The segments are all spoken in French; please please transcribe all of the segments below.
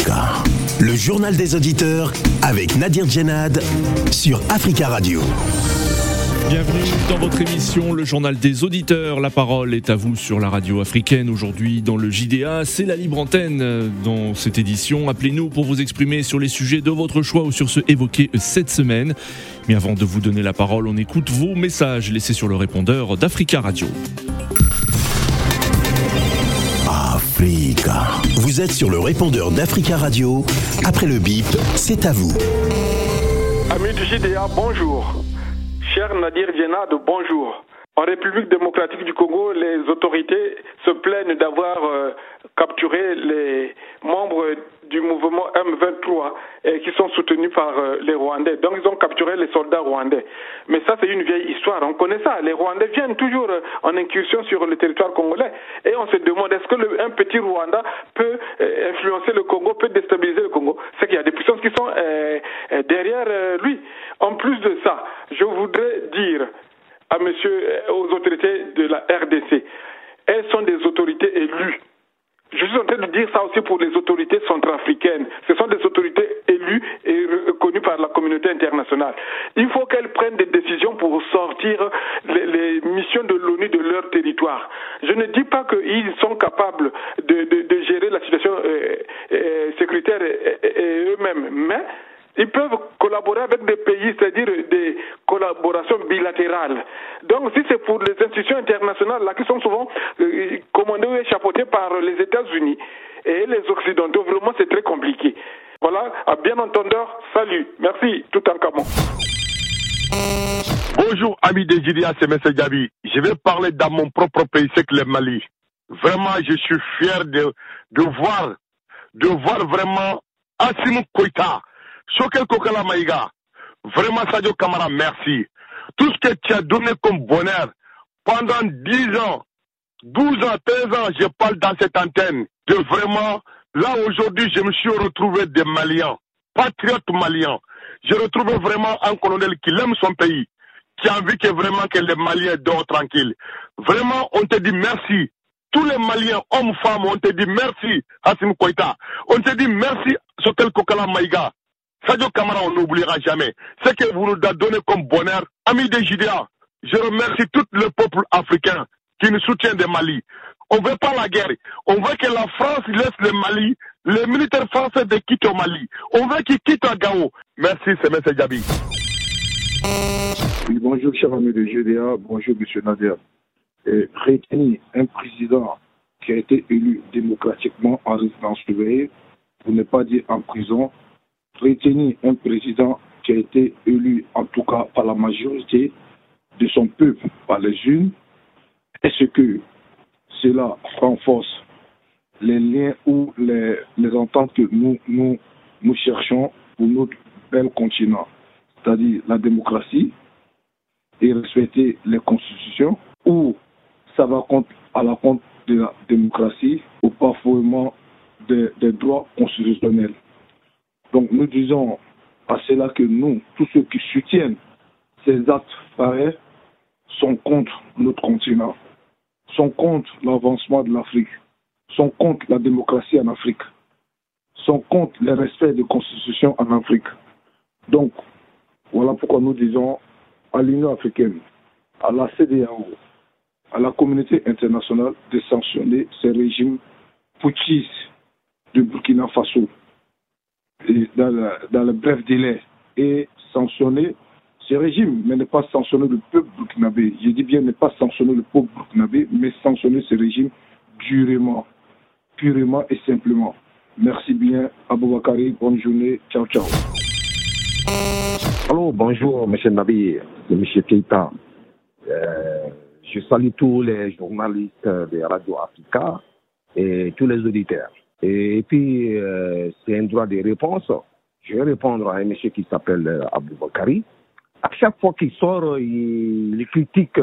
Africa, le journal des auditeurs avec Nadir Djenad sur Africa Radio. Bienvenue dans votre émission, le journal des auditeurs. La parole est à vous sur la radio africaine. Aujourd'hui, dans le JDA, c'est la libre antenne dans cette édition. Appelez-nous pour vous exprimer sur les sujets de votre choix ou sur ceux évoqués cette semaine. Mais avant de vous donner la parole, on écoute vos messages laissés sur le répondeur d'Africa Radio. Africa. Vous êtes sur le répondeur d'Africa Radio. Après le bip, c'est à vous. Amis du JDA, bonjour. Cher Nadir Djenad, bonjour. En République démocratique du Congo, les autorités se plaignent d'avoir capturé les membres du mouvement M23 qui sont soutenus par les Rwandais. Donc ils ont capturé les soldats rwandais. Mais ça, c'est une vieille histoire, on connaît ça. Les Rwandais viennent toujours en incursion sur le territoire congolais. Et on se demande, est-ce que un petit Rwanda peut influencer le Congo, peut déstabiliser le Congo? C'est qu'il y a des puissances qui sont derrière lui. En plus de ça, je voudrais dire aux autorités de la RDC, elles sont des autorités élues. Je suis en train de dire ça aussi pour les autorités centrafricaines. Ce sont des autorités élues et reconnues par la communauté internationale. Il faut qu'elles prennent des décisions pour sortir les missions de l'ONU de leur territoire. Je ne dis pas qu'ils sont capables de gérer la situation sécuritaire eux-mêmes, mais ils peuvent collaborer avec des pays, c'est-à-dire des collaborations bilatérales. Donc, si c'est pour les institutions internationales, là, qui sont souvent commandées et chapeautées par les États-Unis et les Occidentaux, vraiment, c'est très compliqué. Voilà, à bien entendeur, salut. Merci, tout en camon. Bonjour, amis des JDA, c'est M. Gabi. Je vais parler dans mon propre pays, c'est que le Mali. Vraiment, je suis fier de voir vraiment Assimi Goïta. Chokel Kokala Maïga, vraiment Sadio Kamara, merci. Tout ce que tu as donné comme bonheur pendant 10 ans, 12 ans, 13 ans, je parle dans cette antenne de vraiment, là aujourd'hui je me suis retrouvé des Maliens, patriotes maliens. Je retrouve vraiment un colonel qui aime son pays, qui a envie que vraiment que les Maliens dorment tranquilles. Vraiment, on te dit merci. Tous les Maliens, hommes, femmes, on te dit merci, Assimi Goïta. On te dit merci, Chokel Kokala Maïga. Sadio Kamara, on n'oubliera jamais. Ce que vous nous avez donné comme bonheur, amis des JDA, je remercie tout le peuple africain qui nous soutient de Mali. On ne veut pas la guerre. On veut que la France laisse le Mali, les militaires français de quitter au Mali. On veut qu'ils quittent à Gao. Merci, c'est M. Gabi. Oui, bonjour, cher ami de JDA. Bonjour, M. Nadir. Retenir un président qui a été élu démocratiquement en résidence surveillée, pour ne pas dire en prison, retenir un président qui a été élu, en tout cas par la majorité de son peuple, par les urnes, est-ce que cela renforce les liens ou les ententes que nous cherchons pour notre bel continent, c'est-à-dire la démocratie et respecter les constitutions, ou ça va à la compte de la démocratie au bafouement des droits constitutionnels. Donc nous disons à cela que nous, tous ceux qui soutiennent ces actes pareils, sont contre notre continent, sont contre l'avancement de l'Afrique, sont contre la démocratie en Afrique, sont contre le respect des constitutions en Afrique. Donc voilà pourquoi nous disons à l'Union africaine, à la CEDEAO, à la communauté internationale de sanctionner ces régimes putschistes de Burkina Faso et dans le bref délai et sanctionner ce régime, mais ne pas sanctionner le peuple burkinabé. Je dis bien ne pas sanctionner le peuple burkinabé, mais sanctionner ce régime durement, purement et simplement. Merci bien, Aboubakari, bonne journée, ciao ciao. Allô, bonjour M. Nabi, c'est M. Keïta. Je salue tous les journalistes de Radio Africa et tous les auditeurs. Et puis, c'est un droit de réponse. Je vais répondre à un monsieur qui s'appelle Aboubakari. À chaque fois qu'il sort, il critique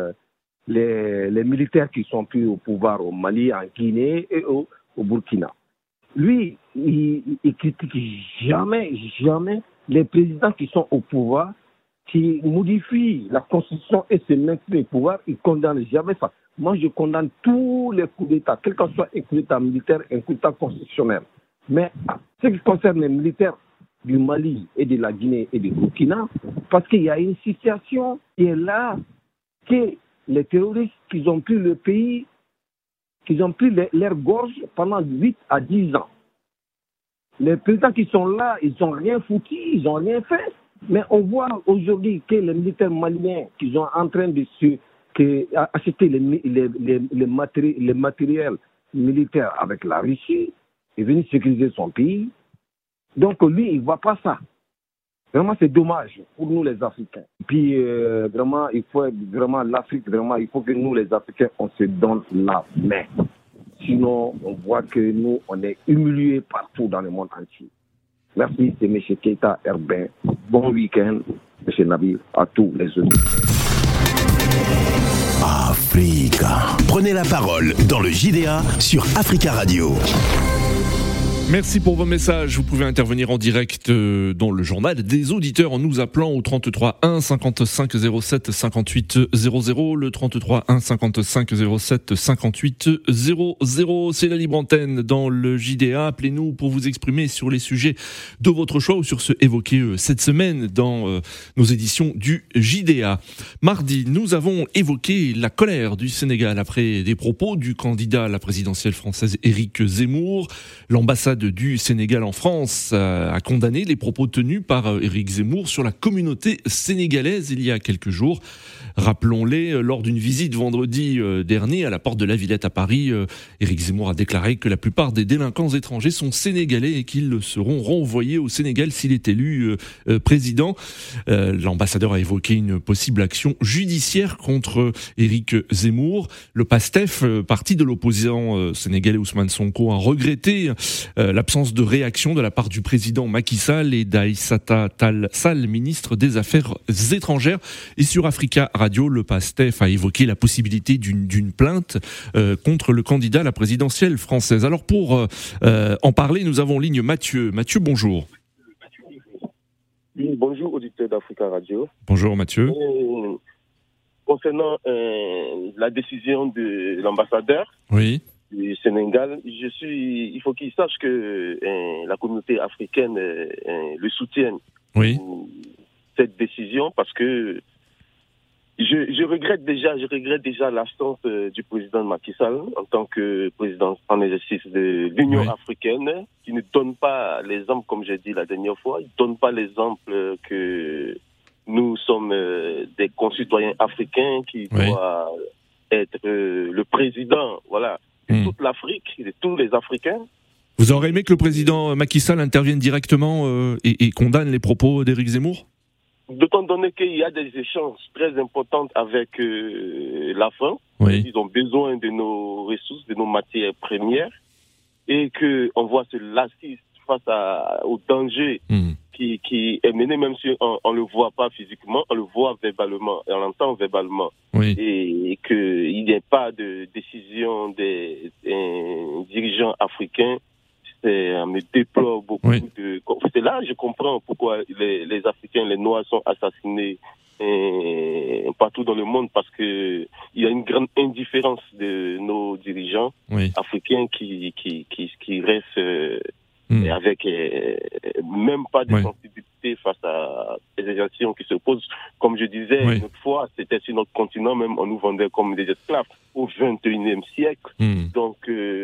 les militaires qui sont plus au pouvoir au Mali, en Guinée et au Burkina. Lui, il critique jamais les présidents qui sont au pouvoir, qui modifient la constitution et se maintenent au pouvoir. Il ne condamne jamais ça. Moi, je condamne tous les coups d'État, quel que soit un coup d'État militaire, un coup d'État constitutionnel. Mais ce qui concerne les militaires du Mali et de la Guinée et du Burkina, parce qu'il y a une situation qui est là, que les terroristes qui ont pris le pays, qui ont pris leur gorge pendant 8 à 10 ans. Les présidents qui sont là, ils n'ont rien foutu, ils n'ont rien fait. Mais on voit aujourd'hui que les militaires maliens qui sont en train de acheter les matériels militaires avec la Russie, est venu sécuriser son pays. Donc lui, il ne voit pas ça. Vraiment, c'est dommage pour nous les Africains. Puis vraiment, il faut l'Afrique, vraiment, il faut que nous les Africains, on se donne la main. Sinon, on voit que nous, on est humiliés partout dans le monde entier. Merci, c'est M. Keita Herbin. Bon week-end, M. Nabil, à tous les autres. Africa. Prenez la parole dans le JDA sur Africa Radio. Merci pour vos messages. Vous pouvez intervenir en direct dans le journal des auditeurs en nous appelant au 33 1 55 07 58 00. Le 33 1 55 07 58 00. C'est la libre antenne dans le JDA. Appelez-nous pour vous exprimer sur les sujets de votre choix ou sur ceux évoqués cette semaine dans nos éditions du JDA. Mardi, nous avons évoqué la colère du Sénégal après des propos du candidat à la présidentielle française Éric Zemmour. L'ambassade du Sénégal en France a condamné les propos tenus par Éric Zemmour sur la communauté sénégalaise il y a quelques jours. Rappelons-les, lors d'une visite vendredi dernier à la porte de la Villette à Paris, Éric Zemmour a déclaré que la plupart des délinquants étrangers sont sénégalais et qu'ils seront renvoyés au Sénégal s'il est élu président. L'ambassadeur a évoqué une possible action judiciaire contre Éric Zemmour. Le PASTEF, parti de l'opposant sénégalais Ousmane Sonko, a regretté l'absence de réaction de la part du président Macky Sall et d'Aïssata Tall Sall, ministre des Affaires étrangères. Et sur Africa Radio, le PASTEF a évoqué la possibilité d'une plainte contre le candidat à la présidentielle française. Alors pour en parler, nous avons en ligne Mathieu. Mathieu, bonjour. Oui, bonjour auditeurs d'Africa Radio. Bonjour Mathieu. Concernant la décision de l'ambassadeur du Sénégal, il faut qu'il sache que la communauté africaine le soutienne. Cette décision, parce que je regrette déjà l'absence du président Macky Sall en tant que président en exercice de l'Union africaine, qui ne donne pas l'exemple, comme j'ai dit la dernière fois, il ne donne pas l'exemple que nous sommes des concitoyens africains qui doivent être le président, de toute l'Afrique, de tous les Africains. Vous aurez aimé que le président Macky Sall intervienne directement et condamne les propos d'Éric Zemmour ? D'autant donné qu'il y a des échanges très importants avec la France, ils ont besoin de nos ressources, de nos matières premières, et qu'on voit ce laxisme face au danger qui est mené, même si on ne le voit pas physiquement, on le voit verbalement, et on l'entend verbalement. Et qu'il n'y ait pas de décision des dirigeants africains. On me déplore beaucoup c'est là je comprends pourquoi les Africains, les Noirs sont assassinés partout dans le monde, parce que il y a une grande indifférence de nos dirigeants africains qui restent avec même pas de sensibilité face à ces actions qui se posent. Comme je disais une autre fois, c'était sur notre continent, même on nous vendait comme des esclaves au 21e siècle. Donc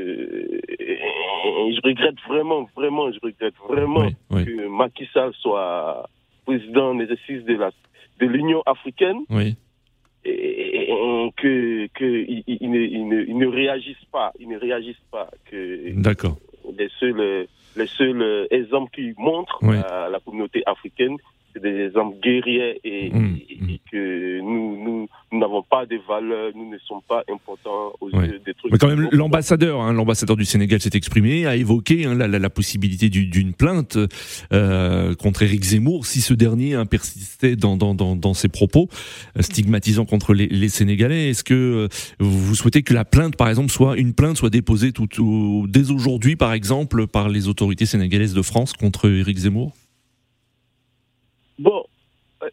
je regrette vraiment que Macky Sall soit président en exercice de l'Union africaine. Et qu'il ne réagisse pas, que D'accord. Les seuls exemples qui montrent à la communauté africaine, c'est des exemples guerriers et que nous n'avons pas de valeurs, nous ne sommes pas importants aux yeux des trucs. Mais quand même, l'ambassadeur du Sénégal s'est exprimé, a évoqué la possibilité d'une plainte contre Éric Zemmour si ce dernier persistait dans ses propos stigmatisants contre les Sénégalais. Est-ce que vous souhaitez que la plainte, par exemple, soit déposée dès aujourd'hui, par exemple, par les autorités sénégalaises de France contre Éric Zemmour? Bon,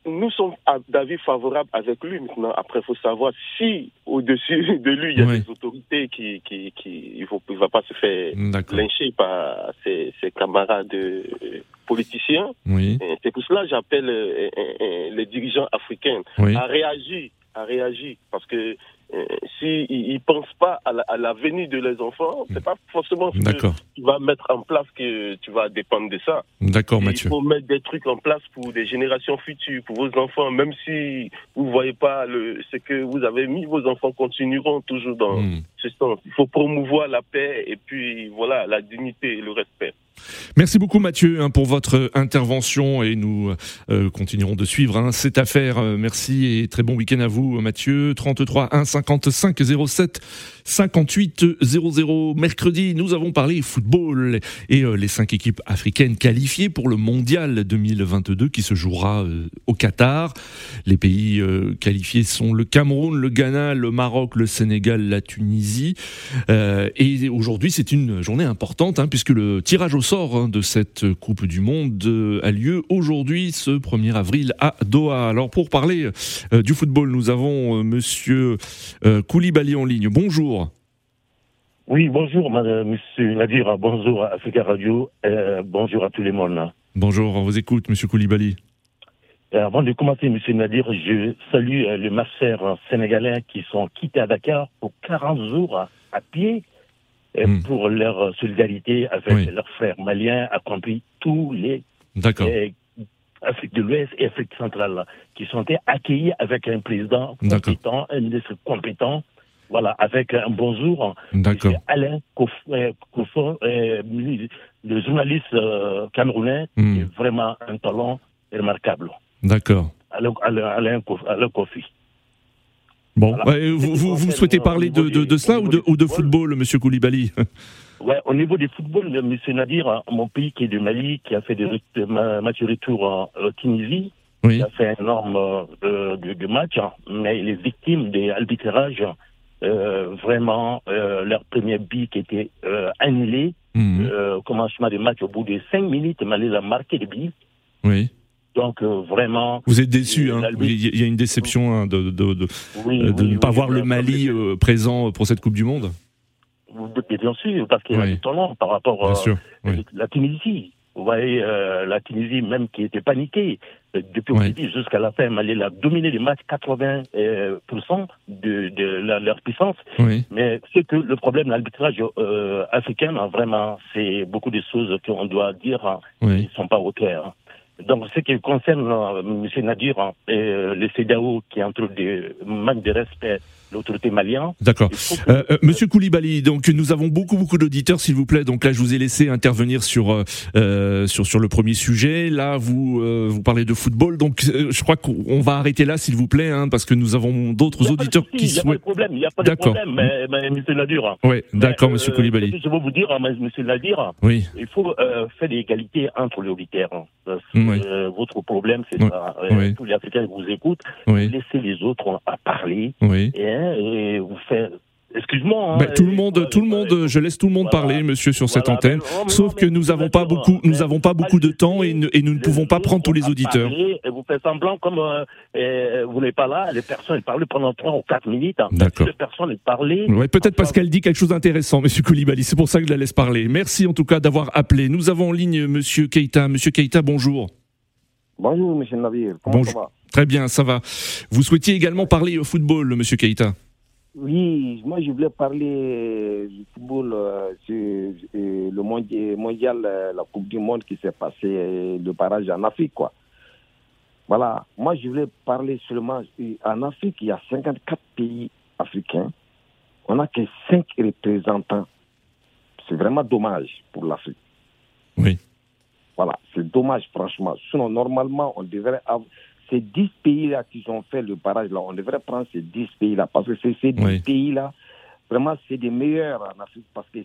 nous sommes d'avis favorable avec lui maintenant. Après, il faut savoir si au-dessus de lui, il y a des autorités il ne va pas se faire lyncher par ses camarades politiciens. Oui. Et c'est pour cela que j'appelle les dirigeants africains à réagir. Parce que s'ils ne pensent pas à l'avenir de leurs enfants, c'est pas forcément ce que tu vas mettre en place que tu vas dépendre de ça. D'accord, Mathieu. Il faut mettre des trucs en place pour des générations futures, pour vos enfants. Même si vous ne voyez pas ce que vous avez mis, vos enfants continueront toujours dans ce sens. Il faut promouvoir la paix et puis voilà, la dignité et le respect. Merci beaucoup Mathieu pour votre intervention et nous continuerons de suivre cette affaire. Merci et très bon week-end à vous Mathieu. 33 1 55 07 58 00. Mercredi, nous avons parlé football et les 5 équipes africaines qualifiées pour le mondial 2022 qui se jouera au Qatar. Les pays qualifiés sont le Cameroun, le Ghana, le Maroc, le Sénégal, la Tunisie. Et aujourd'hui, c'est une journée importante puisque le tirage au sort de cette Coupe du Monde a lieu aujourd'hui, ce 1er avril à Doha. Alors pour parler du football, nous avons monsieur Koulibaly en ligne. Bonjour. Oui, bonjour monsieur Nadir, bonjour à Africa Radio, bonjour à tout le monde. Bonjour, on vous écoute monsieur Koulibaly. Avant de commencer, monsieur Nadir, je salue les masseurs sénégalais qui sont quittés à Dakar pour 40 jours à pied. Pour leur solidarité avec leurs frères maliens, accomplis tous les Afrique de l'Ouest et Afrique centrale, qui sont accueillis avec un président compétent, un ministre compétent, voilà, avec un bonjour. C'est Alain Koufo, le journaliste camerounais, qui est vraiment un talent remarquable. D'accord. Alain Kofi. Bon, voilà. Vous souhaitez parler de cela ou de football, monsieur Koulibaly? Ouais, au niveau du football, monsieur Nadir, mon pays qui est du Mali, qui a fait des matchs retour en Tunisie, qui a fait un énorme de matchs, mais les victimes des arbitrages, vraiment, leur premier but qui était annulé, commencement des matchs au bout de 5 minutes, Mali a marqué le but. Oui. Donc vraiment... Vous êtes déçu, il y a une déception de ne pas voir le Mali présent pour cette Coupe du Monde. Bien sûr, parce qu'il y a du talent par rapport à la Tunisie. Vous voyez, la Tunisie même qui était paniquée, depuis au début jusqu'à la fin, Mali a dominé les matchs 80% de leur puissance. Oui. Mais c'est que le problème de l'arbitrage africain, vraiment, c'est beaucoup de choses qu'on doit dire qui ne sont pas au clair. Donc, ce qui concerne M. Nadir et les CEDEAO qui ont des manques de respect de l'autorité malienne. D'accord. Monsieur Koulibaly, donc nous avons beaucoup d'auditeurs, s'il vous plaît. Donc là, je vous ai laissé intervenir sur le premier sujet. Là, vous parlez de football. Donc, je crois qu'on va arrêter là, s'il vous plaît, parce que nous avons d'autres auditeurs qui souhaitent. Il n'y a pas de problème, mais M. Nadir. Oui, d'accord, Monsieur Koulibaly. Je veux vous dire, M. Nadir, il faut faire l'égalité entre les auditeurs. Votre problème, c'est ça. Tous les Africains qui vous écoutent, laissez les autres à parler et vous faire... Excuse-moi. Tout le monde, je laisse tout le monde parler, monsieur, sur cette antenne. Sauf que nous n'avons pas beaucoup de temps et nous ne pouvons pas prendre tous les auditeurs. Vous faites semblant comme vous n'êtes pas là. Les personnes parlent pendant 3 ou 4 minutes. D'accord. Les personnes parlent. Oui, peut-être parce qu'elle dit quelque chose d'intéressant, monsieur Koulibaly. C'est pour ça que je la laisse parler. Merci en tout cas d'avoir appelé. Nous avons en ligne monsieur Keïta. Monsieur Keïta, bonjour. Bonjour, monsieur Navir. Comment ça va? Très bien, ça va. Vous souhaitiez également parler au football, monsieur Keïta? Oui, moi je voulais parler du football sur le mondial, la Coupe du Monde qui s'est passée, le barrage en Afrique, quoi. Voilà, moi je voulais parler seulement, en Afrique il y a 54 pays africains, on n'a que 5 représentants. C'est vraiment dommage pour l'Afrique. Oui. Voilà, c'est dommage franchement. Sinon, normalement, on devrait avoir... Ces 10 pays-là qui ont fait le barrage-là, on devrait prendre ces 10 pays-là. Parce que ces 10 pays-là, vraiment, c'est des meilleurs en Afrique. Parce que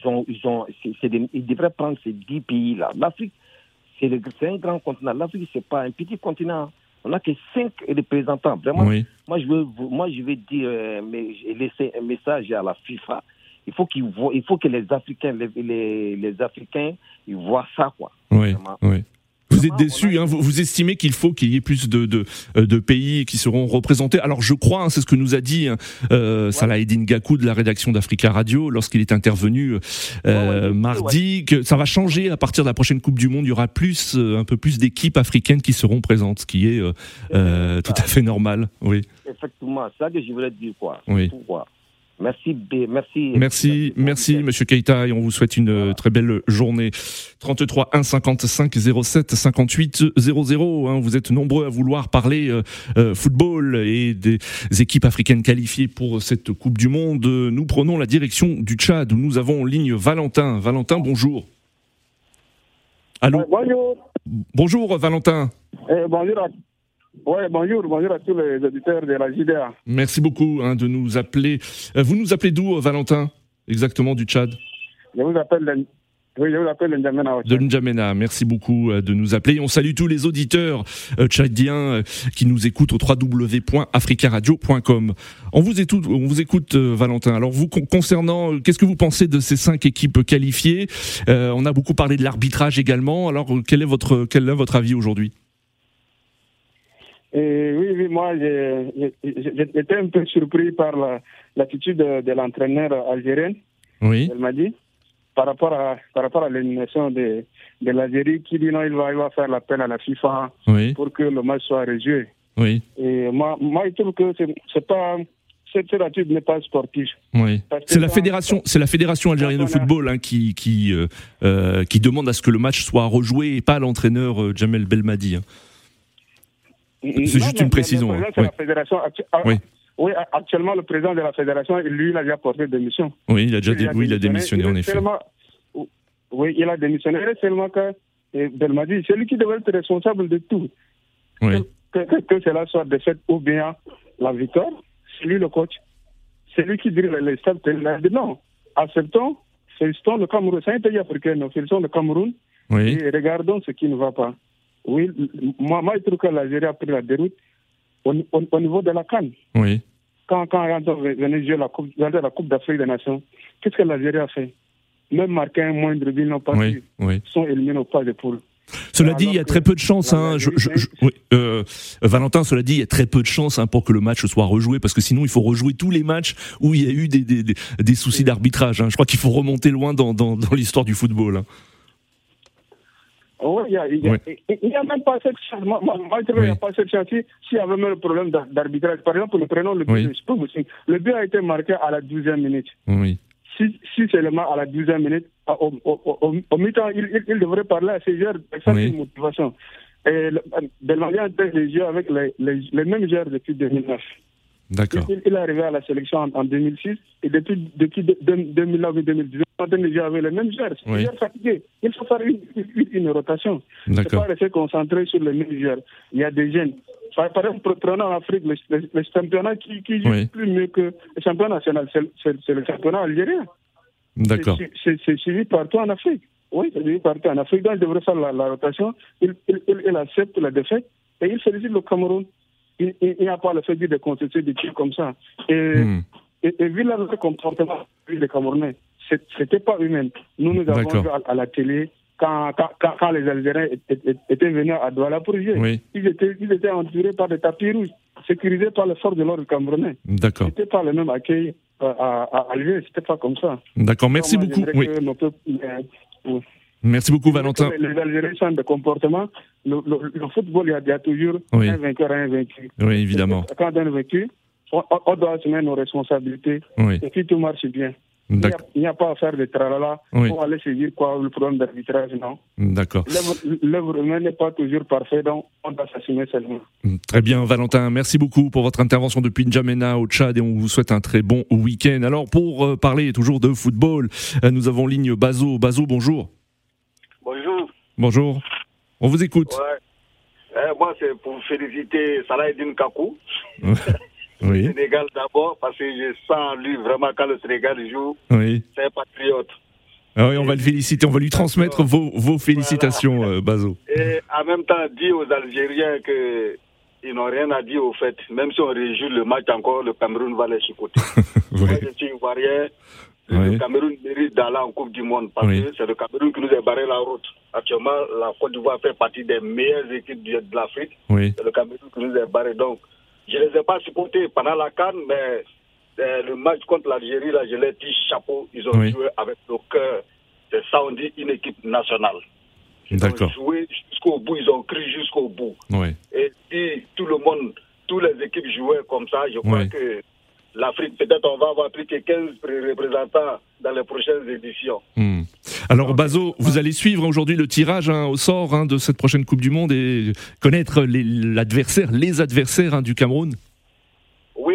ils devraient prendre ces 10 pays-là. L'Afrique, c'est un grand continent. L'Afrique, c'est pas un petit continent. On n'a que 5 représentants. Vraiment, moi, je vais dire, laisser un message à la FIFA. Il faut que les Africains, les Africains, ils voient ça, quoi. Oui, oui. Vous êtes déçu, hein, vous estimez qu'il faut qu'il y ait plus de pays qui seront représentés. Alors je crois, hein, c'est ce que nous a dit Salah Eddine Gakou de la rédaction d'Africa Radio lorsqu'il est intervenu mardi, que ça va changer à partir de la prochaine Coupe du Monde. Il y aura un peu plus d'équipes africaines qui seront présentes, ce qui est tout à fait normal. Oui. Effectivement, c'est ça que je voulais dire, quoi. Oui. Pourquoi ? Merci, Monsieur Keita, et on vous souhaite une très belle journée. 33 1 55 07 58 00. Hein, vous êtes nombreux à vouloir parler football et des équipes africaines qualifiées pour cette Coupe du Monde. Nous prenons la direction du Tchad où nous avons en ligne Valentin. Valentin, bonjour. Allô. Bonjour. Bonjour Valentin. Bonjour à tous les auditeurs de la JDA. Merci beaucoup de nous appeler. Vous nous appelez d'où, Valentin, exactement, du Tchad? Je vous appelle de N'Djamena. De N'Djamena, merci beaucoup de nous appeler. On salue tous les auditeurs tchadiens qui nous écoutent au www.africaradio.com. On vous écoute, Valentin. Alors vous, concernant, qu'est-ce que vous pensez de ces 5 équipes qualifiées? On a beaucoup parlé de l'arbitrage également. Alors quel est votre avis aujourd'hui? Oui, moi j'étais un peu surpris par l'attitude de l'entraîneur algérien. Oui. Elle m'a dit par rapport à l'élimination de l'Algérie, qui dit non, il va faire l'appel à la FIFA pour que le match soit rejoué. Oui. Et moi je trouve que c'est pas, cette attitude n'est pas sportive. Oui. C'est la fédération algérienne de football qui demande à ce que le match soit rejoué et pas l'entraîneur Djamel Belmadi. C'est juste une précision. La fédération, actuellement, le président de la fédération, lui, il a déjà porté démission. Oui, il a démissionné, en effet. Oui, il a démissionné. Seulement que Belmadi, c'est lui qui devrait être responsable de tout. Oui. Que cela soit de fait ou bien la victoire, c'est lui le coach. C'est lui qui dirige les stades. Il a dit non, acceptons, félicitons le Cameroun. C'est un pays africain, nous félicitons le Cameroun et regardons ce qui ne va pas. Oui, moi je trouve que l'Algérie a pris la déroute au niveau de la CAN. Oui. Quand on venait jouer la Coupe d'Afrique des Nations, qu'est-ce que l'Algérie a fait? Même marqué un moindre but, n'ont pas pu. Ils sont éliminés au pas de poule. Cela dit, il y a très peu de chance. Valentin, cela dit, il y a très peu de chance pour que le match soit rejoué, parce que sinon il faut rejouer tous les matchs où il y a eu des soucis d'arbitrage. Je crois qu'il faut remonter loin dans l'histoire du football. Oui, il n'y a même pas cette chance. Moi, je trouve qu'il n'y a pas cette chance. S'il y avait même le problème d'arbitrage, par exemple, nous prenons le but. Le but a été marqué à la 12e minute. Oui. Si seulement à la 12e minute, au mi-temps, il devrait parler à ses joueurs avec une motivation. Et Belmadi a été les joueurs avec les mêmes joueurs depuis 2009. D'accord. Il est arrivé à la sélection en 2006 et depuis 2009-2018, on a joué avec les mêmes joueurs. C'est des joueurs fatigués. Il faut faire une rotation. D'accord. C'est pas rester concentré sur les mêmes joueurs. Il y a des jeunes. Par exemple, prenons en Afrique, le championnat qui joue plus mieux que le championnat national, c'est le championnat algérien. D'accord. C'est suivi partout en Afrique. Oui, c'est suivi partout en Afrique. Donc, il devrait faire la rotation. Il accepte la défaite et il félicite le Cameroun. Il n'y a pas le fait de constituer des tirs comme ça. Et vu leur comportement des Camerounais, c'était pas humain. Nous avons vu à la télé quand les Algériens étaient venus à Douala pour jouer. Oui. Ils étaient entourés par des tapis rouges, sécurisés par les forces de l'ordre camerounais. D'accord. C'était pas le même accueil à Alger, c'était pas comme ça. D'accord, merci beaucoup. Merci beaucoup, Valentin. Les Algériens sont de comportement. Le football, il y a toujours un vainqueur et un vaincu. Oui, évidemment. Quand on est vaincu, on doit assumer nos responsabilités. Et puis tout marche bien. Il n'y a pas à faire de tralala pour aller saisir le problème d'arbitrage, non. D'accord. L'œuvre humaine n'est pas toujours parfaite, donc on doit s'assumer seulement. Très bien, Valentin. Merci beaucoup pour votre intervention depuis N'Djamena au Tchad et on vous souhaite un très bon week-end. Alors, pour parler toujours de football, nous avons en ligne Bazo. Bazo, bonjour. Bonjour. Bonjour. On vous écoute. Moi, c'est pour féliciter Salah Eddine Gakou. Oui. Sénégal d'abord, parce que je sens lui vraiment quand le Sénégal joue, c'est un patriote. Ah oui, on va le féliciter, on va lui transmettre vos félicitations, Bazo. Et en même temps, dire aux Algériens qu'ils n'ont rien à dire au fait. Même si on réjoue le match encore, le Cameroun va les chicoter. Moi, je suis ivoirien, Le Cameroun mérite d'aller en Coupe du Monde parce que c'est le Cameroun qui nous a barré la route. Actuellement, la Côte d'Ivoire fait partie des meilleures équipes de l'Afrique. C'est le Cameroun qui nous a barré. Donc, je ne les ai pas supportés pendant la CAN, mais le match contre l'Algérie, là, je leur dis chapeau. Ils ont joué avec le cœur. C'est ça, on dit une équipe nationale. Ils ont joué jusqu'au bout, ils ont cru jusqu'au bout. Et si tout le monde, toutes les équipes jouaient comme ça, je crois que l'Afrique, peut-être on va avoir plus que 15 représentants dans les prochaines éditions. Alors Bazo, vous allez suivre aujourd'hui le tirage au sort de cette prochaine Coupe du Monde et connaître les adversaires du Cameroun. Oui.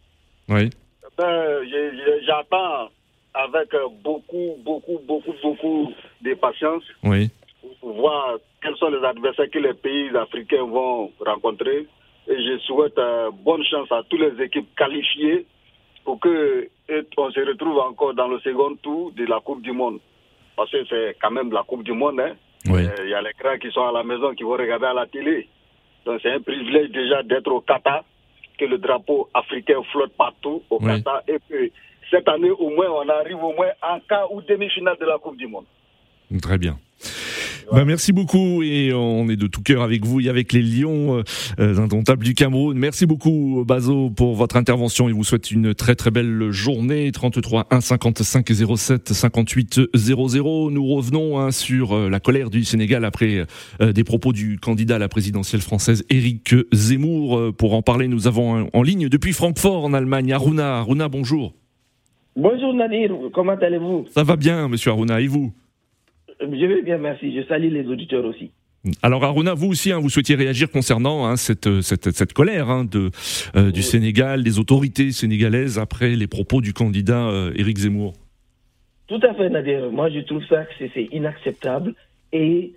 J'attends avec beaucoup de patience pour voir quels sont les adversaires que les pays africains vont rencontrer. Et je souhaite bonne chance à toutes les équipes qualifiées pour qu'on se retrouve encore dans le second tour de la Coupe du Monde. Parce que c'est quand même la Coupe du Monde. Il y a les grands qui sont à la maison, qui vont regarder à la télé. Donc c'est un privilège déjà d'être au Qatar, que le drapeau africain flotte partout au Qatar. Et que cette année, au moins, on arrive au moins en quart ou demi-finale de la Coupe du Monde. Très bien. Merci beaucoup et on est de tout cœur avec vous et avec les Lions indomptables du Cameroun. Merci beaucoup Bazo pour votre intervention et vous souhaite une très très belle journée. 33 1 55 07 58 00. Nous revenons sur la colère du Sénégal après des propos du candidat à la présidentielle française Éric Zemmour. Pour en parler, nous avons en ligne depuis Francfort en Allemagne Aruna. Aruna, bonjour. Bonjour Nadir, comment allez-vous? Ça va bien monsieur Aruna, et vous? Je vais bien, merci. Je salue les auditeurs aussi. Alors Aruna, vous aussi, vous souhaitiez réagir concernant cette colère du Sénégal, des autorités sénégalaises après les propos du candidat Éric Zemmour. Tout à fait, Nadir. Moi, je trouve ça que c'est inacceptable et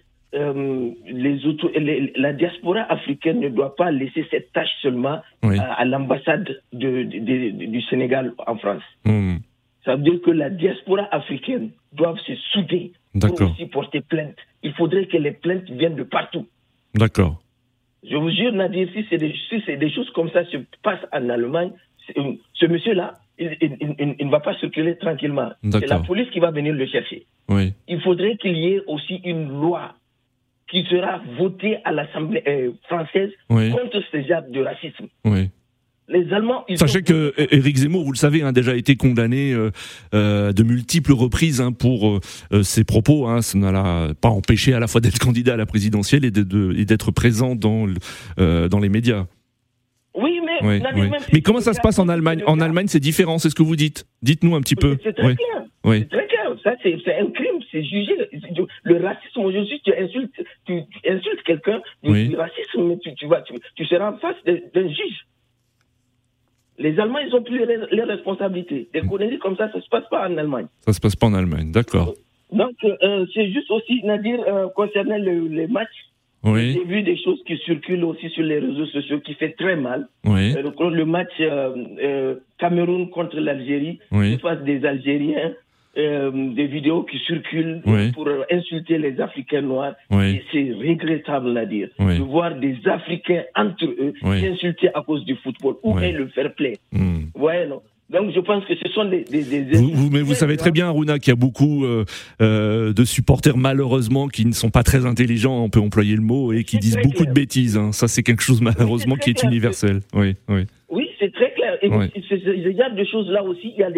la diaspora africaine ne doit pas laisser cette tâche seulement à l'ambassade du Sénégal en France. Ça veut dire que la diaspora africaine doit se souder pour aussi porter plainte. Il faudrait que les plaintes viennent de partout. D'accord. Je vous jure, Nadir, si c'est des choses comme ça se passent en Allemagne, ce monsieur-là, il ne va pas circuler tranquillement. C'est la police qui va venir le chercher. Il faudrait qu'il y ait aussi une loi qui sera votée à l'Assemblée française contre ce genre de racisme. Les Allemands, sachez que Éric Zemmour, vous le savez, a déjà été condamné de multiples reprises pour ses propos. Ça n'a pas empêché à la fois d'être candidat à la présidentielle et d'être présent dans les médias. Oui, mais mais comment ça se passe en Allemagne? En Allemagne, c'est différent, c'est ce que vous dites. Dites-nous un petit peu. C'est très clair. C'est très clair. Ça, c'est un crime, c'est jugé. Le racisme, aujourd'hui, tu insultes quelqu'un du racisme, mais tu seras en face d'un juge. Les Allemands, ils ont pris les responsabilités. Des conneries comme ça se passe pas en Allemagne. Ça se passe pas en Allemagne, d'accord. Donc, c'est juste aussi, Nadir, concernant les matchs, j'ai vu des choses qui circulent aussi sur les réseaux sociaux qui fait très mal. Le match Cameroun contre l'Algérie, je passe des Algériens, des vidéos qui circulent pour insulter les Africains noirs. Et c'est regrettable à dire de voir des Africains entre eux s'insulter à cause du football. Où est le fair play? Non. Donc je pense que ce sont des mais vous savez très bien, Aruna, qu'il y a beaucoup de supporters malheureusement qui ne sont pas très intelligents, on peut employer le mot, et qui disent beaucoup de bêtises. Ça, c'est quelque chose malheureusement qui est universel. Oui, c'est très clair. Et il y a des choses là aussi. Il y a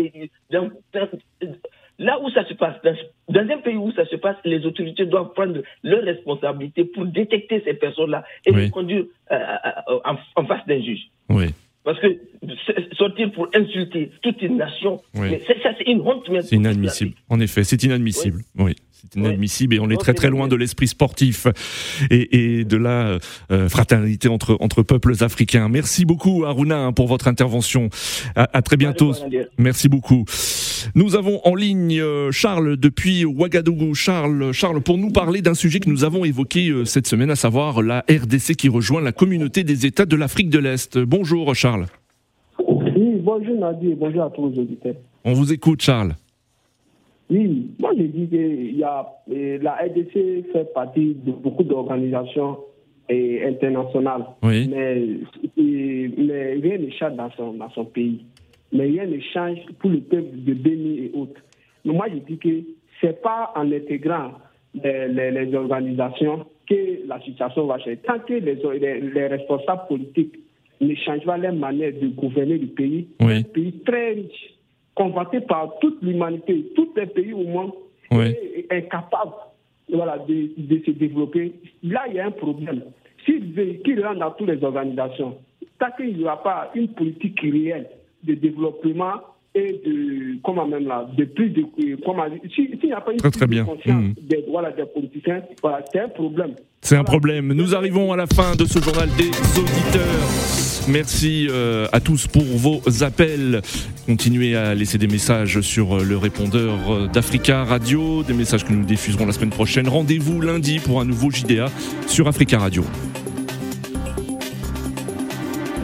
là où ça se passe, dans un pays où ça se passe, les autorités doivent prendre leurs responsabilités pour détecter ces personnes-là et les conduire en face d'un juge. Parce que sortir pour insulter toute une nation, ça c'est une honte. C'est inadmissible. En effet, c'est inadmissible. C'est inadmissible et on est très très loin de l'esprit sportif et de la fraternité entre peuples africains. Merci beaucoup Aruna pour votre intervention. À très bientôt. Merci beaucoup. Nous avons en ligne Charles depuis Ouagadougou. Charles, pour nous parler d'un sujet que nous avons évoqué cette semaine, à savoir la RDC qui rejoint la communauté des États de l'Afrique de l'Est. Bonjour Charles. Oui, bonjour Nadir, bonjour à tous les auditeurs. On vous écoute Charles. Oui, moi j'ai dit que la RDC fait partie de beaucoup d'organisations internationales, mais rien n'échappe dans son pays. mais rien ne change pour le peuple de Béni et autres. Mais moi, je dis que ce n'est pas en intégrant les organisations que la situation va changer. Tant que les responsables politiques ne changent pas leur manière de gouverner le pays, un pays très riche, convoité par toute l'humanité, tous les pays au monde, est incapable de se développer. Là, il y a un problème. S'il rentre dans toutes les organisations, tant qu'il n'y aura pas une politique réelle de développement et de plus de... S'il n'y a pas une prise de conscience des politiciens, c'est un problème. C'est un problème. Nous arrivons à la fin de ce journal des auditeurs. Merci à tous pour vos appels. Continuez à laisser des messages sur le répondeur d'Africa Radio, des messages que nous diffuserons la semaine prochaine. Rendez-vous lundi pour un nouveau JDA sur Africa Radio.